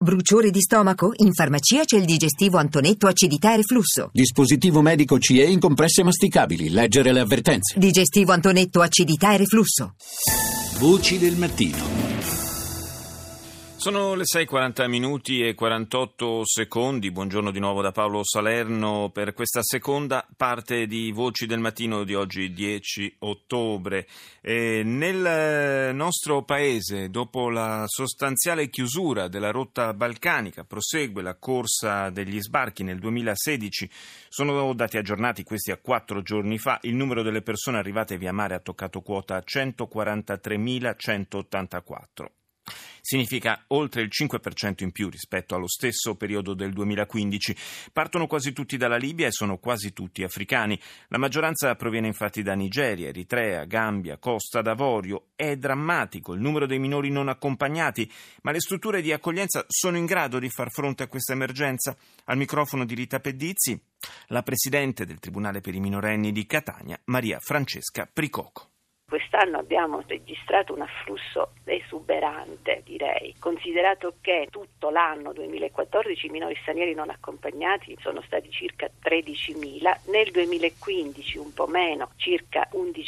Bruciore di stomaco? In farmacia c'è il digestivo Antonetto acidità e reflusso. Dispositivo medico CE in compresse masticabili. Leggere le avvertenze. Digestivo Antonetto acidità e reflusso. Voci del mattino. Sono le 6:40 minuti e 48 secondi. Buongiorno di nuovo da Paolo Salerno per questa seconda parte di Voci del Mattino di oggi 10 ottobre. Nel nostro paese, dopo la sostanziale chiusura della rotta balcanica, prosegue la corsa degli sbarchi nel 2016. Sono dati aggiornati questi a 4 giorni fa. Il numero delle persone arrivate via mare ha toccato quota 143.184. Significa oltre il 5% in più rispetto allo stesso periodo del 2015. Partono quasi tutti dalla Libia e sono quasi tutti africani. La maggioranza proviene infatti da Nigeria, Eritrea, Gambia, Costa d'Avorio. È drammatico il numero dei minori non accompagnati, ma le strutture di accoglienza sono in grado di far fronte a questa emergenza? Al microfono di Rita Pedizzi, la presidente del Tribunale per i minorenni di Catania, Maria Francesca Pricoco. Quest'anno abbiamo registrato un afflusso esuberante, direi, considerato che tutto l'anno 2014 i minori stranieri non accompagnati sono stati circa 13.000, nel 2015 un po' meno, circa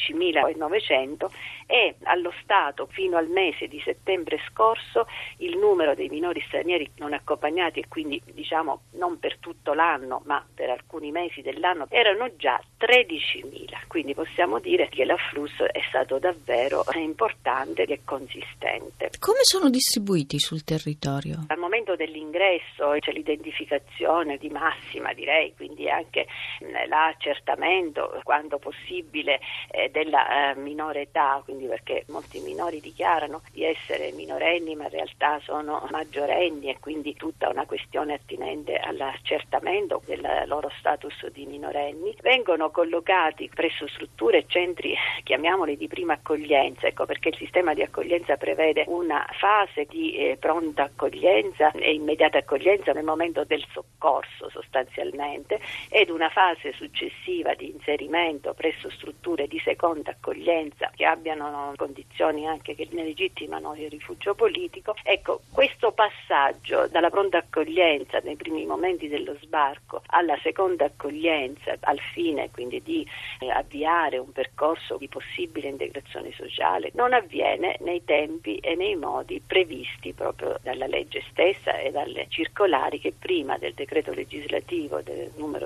11.900 e allo Stato fino al mese di settembre scorso il numero dei minori stranieri non accompagnati, e quindi diciamo non per tutto l'anno ma per alcuni mesi dell'anno, erano già 13.000, quindi possiamo dire che l'afflusso è stato davvero importante e consistente. Come sono distribuiti sul territorio? Al momento dell'ingresso c'è l'identificazione di massima, direi, quindi anche l'accertamento, quando possibile, della minore età, quindi perché molti minori dichiarano di essere minorenni ma in realtà sono maggiorenni, e quindi tutta una questione attinente all'accertamento del loro status di minorenni. Vengono collocati presso strutture e centri, chiamiamoli di prima accoglienza, ecco perché il sistema di accoglienza prevede una fase di pronta accoglienza e immediata accoglienza nel momento del soccorso sostanzialmente, ed una fase successiva di inserimento presso strutture di seconda accoglienza che abbiano condizioni anche che ne legittimano il rifugio politico. Ecco, questo passaggio dalla pronta accoglienza nei primi momenti dello sbarco alla seconda accoglienza, al fine quindi di avviare un percorso di possibile integrazione sociale, non avviene nei tempi e nei modi previsti proprio dalla legge stessa e dalle circolari che prima del decreto legislativo del numero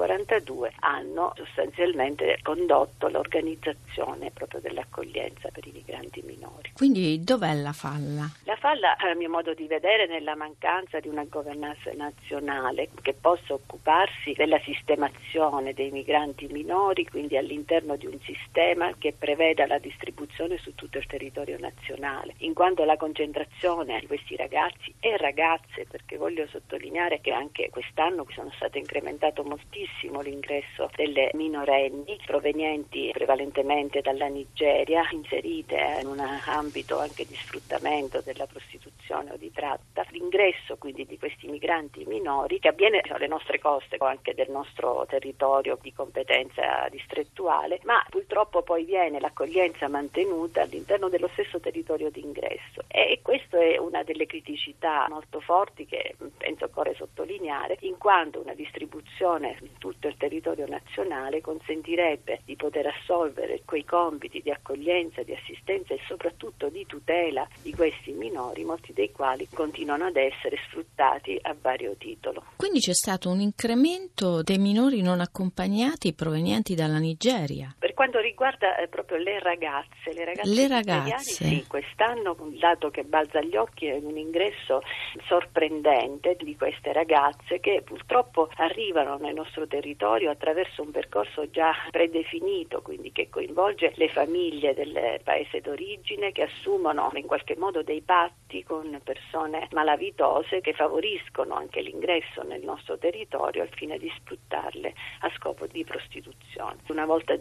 142 hanno sostanzialmente condotto l'organizzazione proprio dell'accoglienza per i migranti minori. Quindi dov'è la falla? La falla, a mio modo di vedere, nella mancanza di una governanza nazionale che possa occuparsi della sistemazione dei migranti minori, quindi all'interno di un sistema che preveda la distribuzione su tutto il territorio nazionale, in quanto la concentrazione di questi ragazzi e ragazze, perché voglio sottolineare che anche quest'anno sono stato incrementato moltissimo l'ingresso delle minorenni provenienti prevalentemente dalla Nigeria, inserite in un ambito anche di sfruttamento della prostituzione o di tratta. L'ingresso quindi di questi migranti minori che avviene alle nostre coste o anche del nostro territorio di competenza distrettuale, ma purtroppo poi viene l'accoglienza mantenuta all'interno dello stesso territorio di ingresso, e questa è una delle criticità molto forti che penso occorre sottolineare, in quanto una distribuzione in tutto il territorio nazionale consentirebbe di poter assolvere quei compiti di accoglienza, di assistenza e soprattutto di tutela di questi minori, molti dei quali continuano ad essere sfruttati a vario titolo. Quindi c'è stato un incremento dei minori non accompagnati provenienti dalla Nigeria. Per quanto riguarda proprio le ragazze italiane, sì, quest'anno un dato che balza agli occhi è un ingresso sorprendente di queste ragazze che purtroppo arrivano nel nostro territorio attraverso un percorso già predefinito, quindi che coinvolge le famiglie del paese d'origine, che assumono in qualche modo dei patti con persone malavitose che favoriscono anche l'ingresso nel nostro territorio al fine di sfruttarle a scopo di prostituzione. Una volta giunte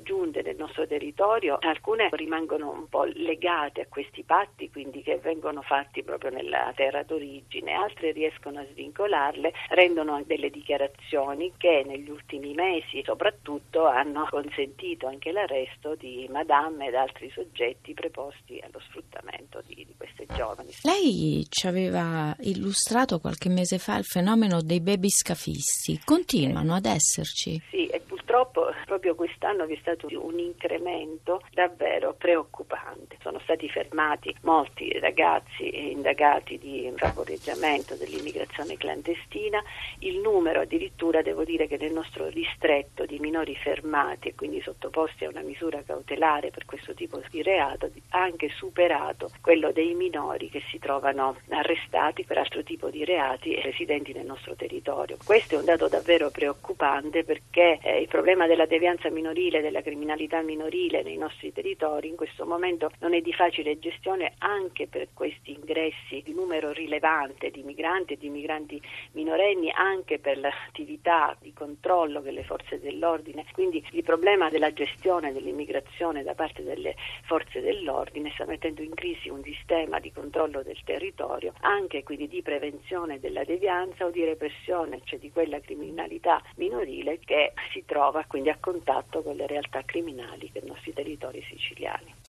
del nostro territorio, alcune rimangono un po' legate a questi patti, quindi che vengono fatti proprio nella terra d'origine, altre riescono a svincolarle, rendono delle dichiarazioni che negli ultimi mesi soprattutto hanno consentito anche l'arresto di Madame ed altri soggetti preposti allo sfruttamento di queste giovani. Lei ci aveva illustrato qualche mese fa il fenomeno dei baby scafisti. Continuano ad esserci? Sì, e purtroppo proprio quest'anno vi è stato un incremento davvero preoccupante. Sono stati fermati molti ragazzi indagati di favoreggiamento dell'immigrazione clandestina. Il numero addirittura, devo dire che nel nostro distretto di minori fermati e quindi sottoposti a una misura cautelare per questo tipo di reato ha anche superato quello dei minori che si trovano arrestati per altro tipo di reati e residenti nel nostro territorio. Questo è un dato davvero preoccupante, perché il problema della devianza minorile, della criminalità minorile nei nostri territori in questo momento non è di facile gestione, anche per questi ingressi di numero rilevante di migranti e di migranti minorenni, anche per l'attività di controllo che le forze dell'ordine. Quindi il problema della gestione dell'immigrazione da parte delle forze dell'ordine sta mettendo in crisi un sistema di controllo del territorio, anche quindi di prevenzione della devianza o di repressione, cioè di quella criminalità minorile che si trova quindi a contatto con le realtà criminali dei nostri territori siciliani.